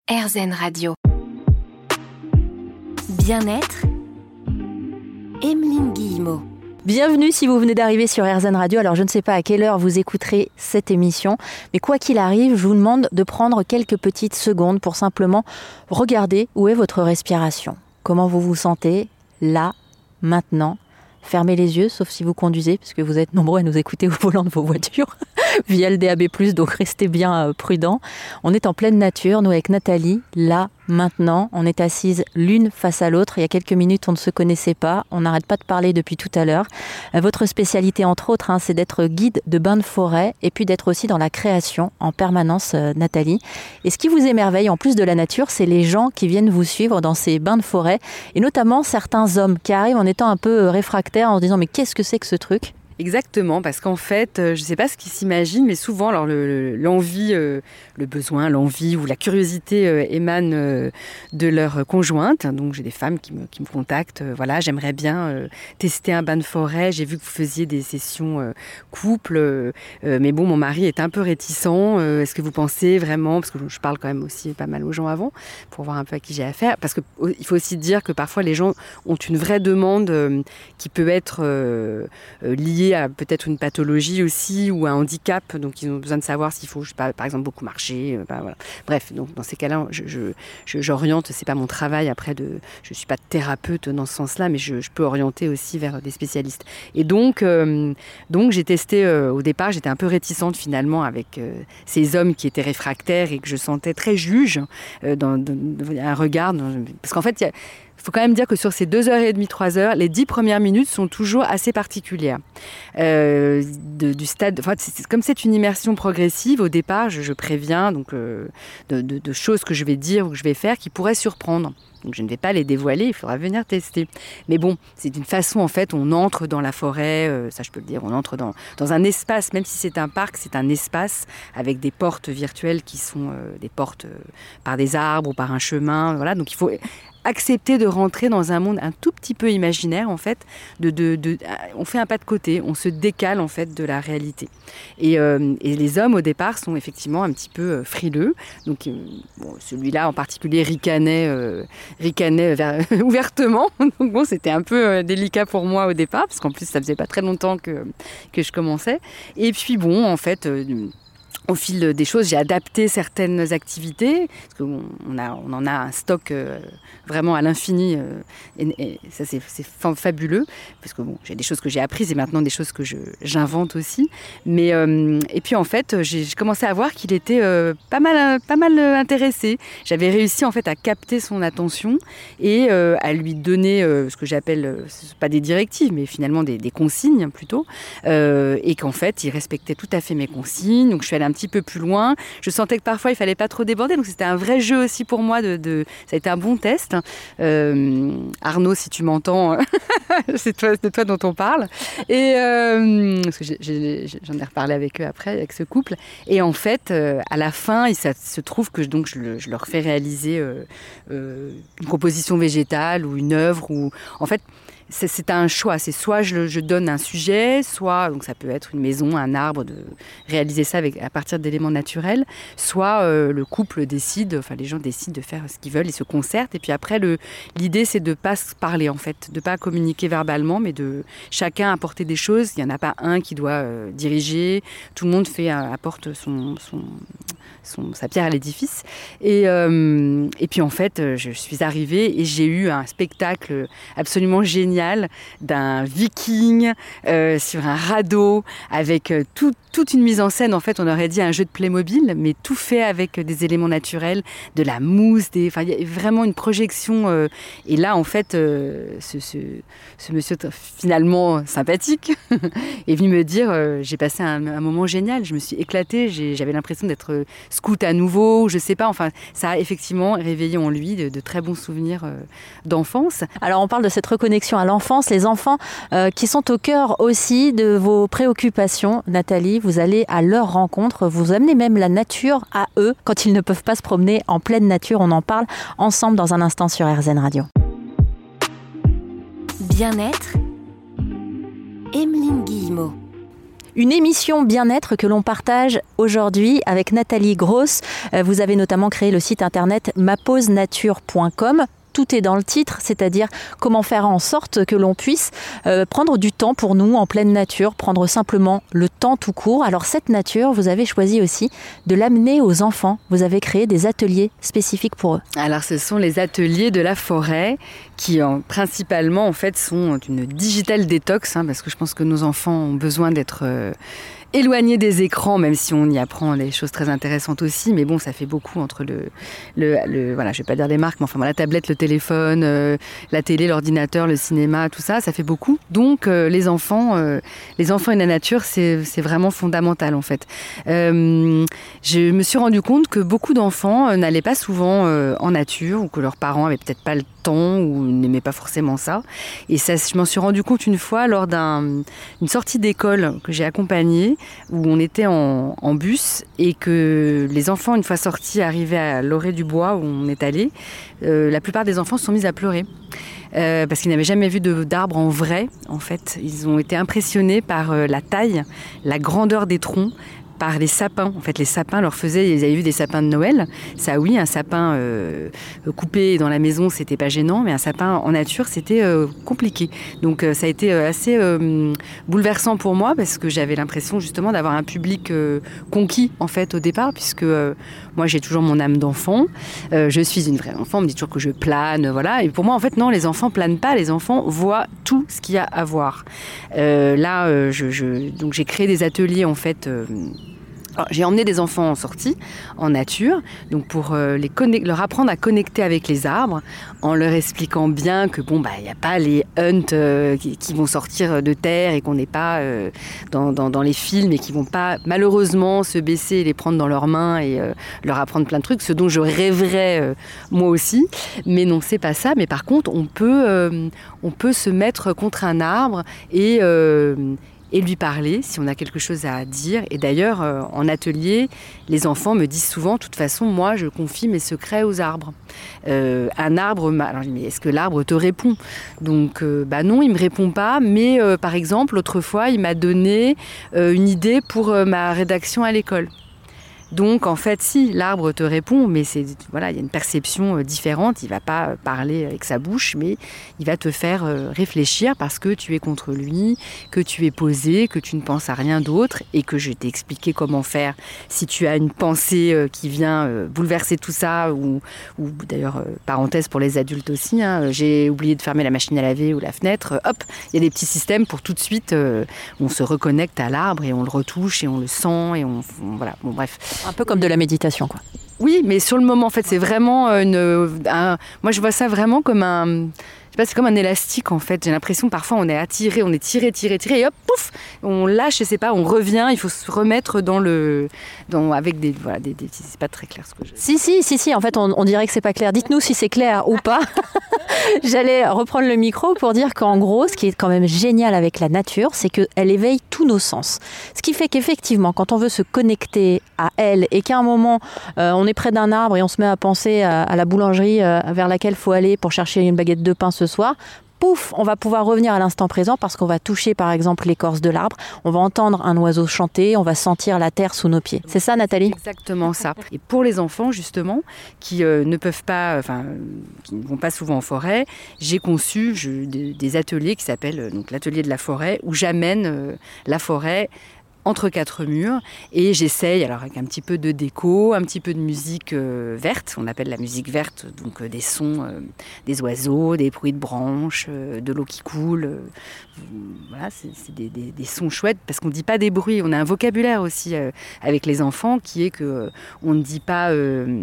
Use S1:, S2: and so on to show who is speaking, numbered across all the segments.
S1: RZN Radio. Bien-être, Emeline Guillemot.
S2: Bienvenue si vous venez d'arriver sur RZN Radio. Alors je ne sais pas à quelle heure vous écouterez cette émission, mais quoi qu'il arrive, je vous demande de prendre quelques petites secondes pour simplement regarder où est votre respiration. Comment vous vous sentez là, maintenant. Fermez les yeux, sauf si vous conduisez, puisque vous êtes nombreux à nous écouter au volant de vos voitures, via le DAB+, donc restez bien prudents. On est en pleine nature, nous avec Nathalie, là, maintenant. On est assises l'une face à l'autre. Il y a quelques minutes, on ne se connaissait pas. On n'arrête pas de parler depuis tout à l'heure. Votre spécialité, entre autres, c'est d'être guide de bains de forêt et puis d'être aussi dans la création en permanence, Nathalie. Et ce qui vous émerveille, en plus de la nature, c'est les gens qui viennent vous suivre dans ces bains de forêt, et notamment certains hommes qui arrivent en étant un peu réfractaires, en se disant « mais qu'est-ce que c'est que ce truc ?»
S3: Exactement, parce qu'en fait, je ne sais pas ce qu'ils s'imaginent, mais souvent, alors l'envie, le besoin, l'envie ou la curiosité émanent de leur conjointe. Donc, j'ai des femmes qui me contactent. Voilà, j'aimerais bien tester un bain de forêt. J'ai vu que vous faisiez des sessions couple, mais bon, mon mari est un peu réticent. Est-ce que vous pensez vraiment, parce que je parle quand même aussi pas mal aux gens avant, pour voir un peu à qui j'ai affaire, parce qu'il faut aussi dire que parfois les gens ont une vraie demande qui peut être liée à peut-être une pathologie aussi ou un handicap, donc ils ont besoin de savoir s'il faut, je sais pas, par exemple beaucoup marcher, voilà. Bref, donc dans ces cas-là, j'oriente, c'est pas mon travail après je suis pas thérapeute dans ce sens-là, mais je peux orienter aussi vers des spécialistes. Et donc j'ai testé au départ, j'étais un peu réticente finalement avec ces hommes qui étaient réfractaires et que je sentais très juge dans un regard, parce qu'en fait il faut quand même dire que sur ces 2h30, 3h, les 10 premières minutes sont toujours assez particulières. Du stade, enfin, comme c'est une immersion progressive, au départ, je préviens donc, de choses que je vais dire ou que je vais faire qui pourraient surprendre. Donc je ne vais pas les dévoiler, il faudra venir tester. Mais bon, c'est d'une façon, en fait, on entre dans la forêt, ça je peux le dire, on entre dans un espace, même si c'est un parc, c'est un espace avec des portes virtuelles qui sont des portes par des arbres ou par un chemin. Voilà, donc il faut accepter de rentrer dans un monde un tout petit peu imaginaire, en fait. On fait un pas de côté, on se décale, en fait, de la réalité. Et les hommes, au départ, sont effectivement un petit peu frileux. Donc, celui-là, en particulier, ricanait ouvertement. Donc bon, c'était un peu délicat pour moi au départ, parce qu'en plus, ça faisait pas très longtemps que je commençais. Et puis bon, en fait... au fil des choses, j'ai adapté certaines activités, parce qu'on en a un stock vraiment à l'infini, et ça c'est fabuleux, parce que bon, j'ai des choses que j'ai apprises et maintenant des choses que j'invente aussi. Mais et puis en fait, j'ai commencé à voir qu'il était pas mal intéressé. J'avais réussi en fait à capter son attention et à lui donner ce que j'appelle, pas des directives, mais finalement des consignes plutôt, et qu'en fait, il respectait tout à fait mes consignes. Donc je suis allée un petit peu plus loin. Je sentais que parfois il fallait pas trop déborder, donc c'était un vrai jeu aussi pour moi. Ça a été un bon test. Arnaud, si tu m'entends, c'est toi dont on parle. Et parce que j'en ai reparlé avec eux après, avec ce couple. Et en fait, à la fin, il se trouve que donc je leur fais réaliser une composition végétale ou une œuvre ou en fait. C'est un choix, c'est soit je donne un sujet, soit, donc ça peut être une maison, un arbre, de réaliser ça à partir d'éléments naturels, soit le couple décide, enfin les gens décident de faire ce qu'ils veulent, ils se concertent, et puis après l'idée c'est de ne pas se parler en fait, de ne pas communiquer verbalement, mais de chacun apporter des choses, il n'y en a pas un qui doit diriger, tout le monde apporte sa pierre à l'édifice, et puis en fait je suis arrivée et j'ai eu un spectacle absolument génial d'un viking sur un radeau avec toute une mise en scène. En fait, on aurait dit un jeu de Playmobil, mais tout fait avec des éléments naturels, de la mousse, il y a vraiment une projection. Et là, en fait, ce monsieur finalement sympathique est venu me dire j'ai passé un moment génial, je me suis éclatée, j'avais l'impression d'être scout à nouveau, je sais pas, enfin, ça a effectivement réveillé en lui de très bons souvenirs d'enfance.
S2: Alors, on parle de cette reconnexion à l'enfance, les enfants qui sont au cœur aussi de vos préoccupations. Nathalie, vous allez à leur rencontre, vous amenez même la nature à eux quand ils ne peuvent pas se promener en pleine nature. On en parle ensemble dans un instant sur RZN Radio.
S1: Bien-être, Emeline Guillemot.
S2: Une émission bien-être que l'on partage aujourd'hui avec Nathalie Gross. Vous avez notamment créé le site internet mapausenature.com. Tout est dans le titre, c'est-à-dire comment faire en sorte que l'on puisse prendre du temps pour nous en pleine nature, prendre simplement le temps tout court. Alors cette nature, vous avez choisi aussi de l'amener aux enfants. Vous avez créé des ateliers spécifiques pour eux.
S3: Alors ce sont les ateliers de la forêt qui principalement en fait sont une digital détox, parce que je pense que nos enfants ont besoin d'être éloigné des écrans, même si on y apprend des choses très intéressantes aussi, mais bon, ça fait beaucoup entre voilà, je vais pas dire des marques, mais enfin la tablette, le téléphone, la télé, l'ordinateur, le cinéma, tout ça, ça fait beaucoup. Donc les enfants et la nature, c'est vraiment fondamental en fait. Je me suis rendu compte que beaucoup d'enfants n'allaient pas souvent en nature, ou que leurs parents avaient peut-être pas le temps ou n'aimaient pas forcément ça. Et ça, je m'en suis rendu compte une fois lors d'une sortie d'école que j'ai accompagnée, où on était en bus et que les enfants, une fois sortis, arrivaient à l'orée du bois où on est allé. La plupart des enfants se sont mis à pleurer. Parce qu'ils n'avaient jamais vu d'arbres en vrai, en fait. Ils ont été impressionnés par la taille, la grandeur des troncs, par les sapins. En fait, les sapins leur faisaient... Ils avaient vu des sapins de Noël. Ça, oui, un sapin coupé dans la maison, c'était pas gênant, mais un sapin en nature, c'était compliqué. Donc, ça a été assez bouleversant pour moi, parce que j'avais l'impression, justement, d'avoir un public conquis, en fait, au départ, puisque moi, j'ai toujours mon âme d'enfant. Je suis une vraie enfant. On me dit toujours que je plane, voilà. Et pour moi, en fait, non, les enfants planent pas. Les enfants voient tout ce qu'il y a à voir. Donc, j'ai créé des ateliers, en fait... Alors, j'ai emmené des enfants en sortie, en nature, donc pour leur apprendre à connecter avec les arbres, en leur expliquant bien que il n'y a pas les hunts qui vont sortir de terre et qu'on n'est pas dans les films, et qui vont pas malheureusement se baisser et les prendre dans leurs mains et leur apprendre plein de trucs, ce dont je rêverais moi aussi. Mais non, c'est pas ça. Mais par contre, on peut se mettre contre un arbre et lui parler si on a quelque chose à dire. Et d'ailleurs, en atelier, les enfants me disent souvent, de toute façon, moi, je confie mes secrets aux arbres. Un arbre, alors je dis, mais est-ce que l'arbre te répond ? Donc, non, il me répond pas. Mais par exemple, autrefois, il m'a donné une idée pour ma rédaction à l'école. Donc, en fait, si, l'arbre te répond, mais il y a une perception différente. Il ne va pas parler avec sa bouche, mais il va te faire réfléchir, parce que tu es contre lui, que tu es posé, que tu ne penses à rien d'autre, et que je t'ai expliqué comment faire si tu as une pensée qui vient bouleverser tout ça, ou d'ailleurs, parenthèse pour les adultes aussi, j'ai oublié de fermer la machine à laver ou la fenêtre, hop, il y a des petits systèmes pour tout de suite, on se reconnecte à l'arbre et on le retouche et on le sent, et voilà, bon bref.
S2: Un peu comme de la méditation, quoi.
S3: Oui, mais sur le moment, en fait, c'est vraiment moi, je vois ça vraiment comme c'est comme un élastique, en fait. J'ai l'impression, parfois, on est attiré, on est tiré, et hop, pouf, on lâche, je sais pas, on revient. Il faut se remettre avec des c'est pas très clair ce que je dis.
S2: Si. En fait, on dirait que c'est pas clair. Dites-nous si c'est clair ou pas. J'allais reprendre le micro pour dire qu'en gros, ce qui est quand même génial avec la nature, c'est qu'elle éveille tous nos sens. Ce qui fait qu'effectivement, quand on veut se connecter à elle, et qu'à un moment, on est près d'un arbre et on se met à penser à la boulangerie vers laquelle il faut aller pour chercher une baguette de pain ce soir, pouf, on va pouvoir revenir à l'instant présent, parce qu'on va toucher par exemple l'écorce de l'arbre, on va entendre un oiseau chanter, on va sentir la terre sous nos pieds. C'est ça, Nathalie ?
S3: Exactement ça. Et pour les enfants justement qui ne peuvent pas, qui ne vont pas souvent en forêt, j'ai conçu des ateliers qui s'appellent donc l'atelier de la forêt, où j'amène la forêt entre quatre murs, et j'essaye, alors avec un petit peu de déco, un petit peu de musique verte, on appelle la musique verte, donc des sons des oiseaux, des bruits de branches, de l'eau qui coule, voilà, c'est des sons chouettes, parce qu'on ne dit pas des bruits, on a un vocabulaire aussi avec les enfants qui est que on ne dit pas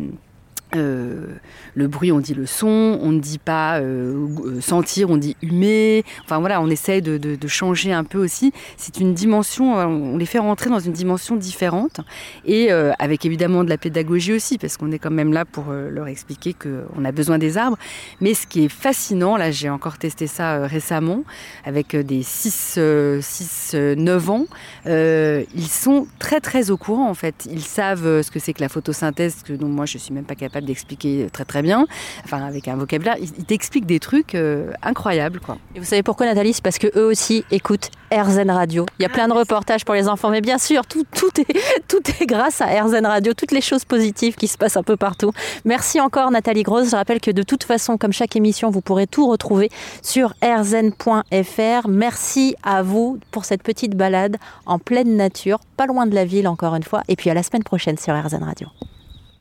S3: le bruit, on dit le son, on ne dit pas sentir, on dit humer. Enfin voilà, on essaye de changer un peu aussi. C'est une dimension, on les fait rentrer dans une dimension différente, et avec évidemment de la pédagogie aussi, parce qu'on est quand même là pour leur expliquer qu'on a besoin des arbres. Mais ce qui est fascinant, là j'ai encore testé ça récemment, avec des 6-9 ans, ils sont très très au courant en fait. Ils savent ce que c'est que la photosynthèse, dont moi je suis même pas capable capable d'expliquer très très bien, enfin avec un vocabulaire, il t'explique des trucs incroyables, quoi.
S2: Et vous savez pourquoi, Nathalie? C'est parce qu'eux aussi écoutent RZN Radio. Il y a plein de reportages pour les enfants, mais bien sûr, tout est grâce à RZN Radio, toutes les choses positives qui se passent un peu partout. Merci encore, Nathalie Gross. Je rappelle que de toute façon, comme chaque émission, vous pourrez tout retrouver sur rzn.fr. Merci à vous pour cette petite balade en pleine nature, pas loin de la ville encore une fois. Et puis à la semaine prochaine sur RZN Radio.